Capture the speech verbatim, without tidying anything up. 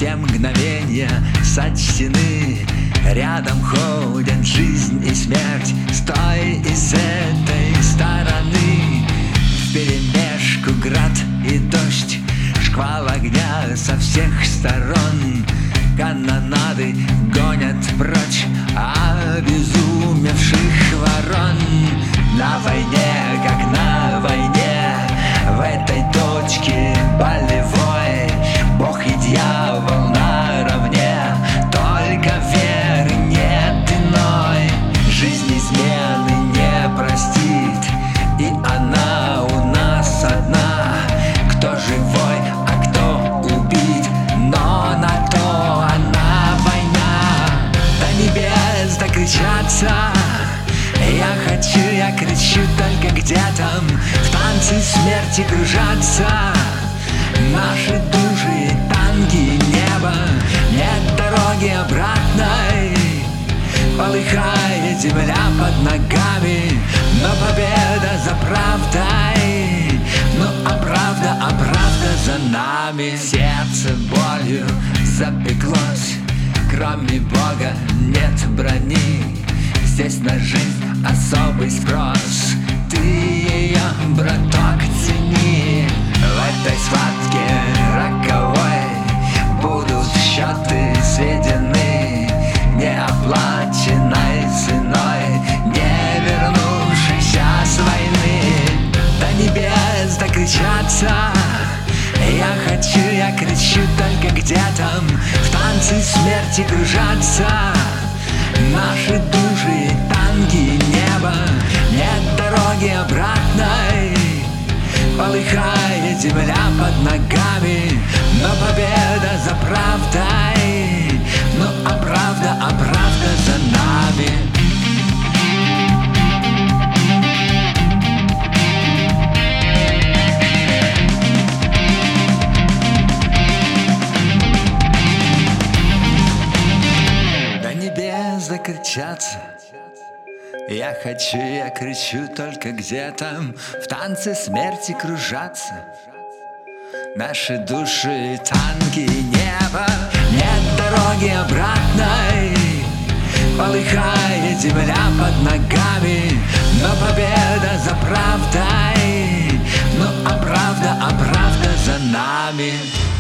все мгновения сочтены. Рядом ходят жизнь и смерть с той и с этой стороны. Вперемешку град и дождь, шквал огня со всех сторон. Канонады гонят прочь обезумевших ворон. На войне, как на войне, в этой точке болевой, Бог и дьявол наравне, только веры нет иной. Жизнь измены не простит, и она у нас одна. Кто живой, а кто убит, но на то она война. До небес докричаться я хочу, я кричу только где-то в танце смерти кружатся наши души, танки, небо. Нет дороги обратной, полыхает земля под ногами, но победа за правдой. Ну а правда, а правда за нами. Сердце болью запеклось, кроме Бога нет брони. Здесь на жизнь особый спрос, ты ее, браток, цени. В этой схватке роковой будут счеты сведены неоплаченной ценой, не вернувшейся с войны. До небес докричаться я хочу, я кричу только где-то в танце смерти кружатся наши души, танки, небо. Нет дороги обратной, полыхает земля под ногами, но победа за правдой. Ну а правда, а правда за нами. Закричаться я хочу, я кричу только где-то в танце смерти кружатся наши души, танки, небо. Нет дороги обратной, полыхает земля под ногами, но победа за правдой. Ну а правда, а правда за нами.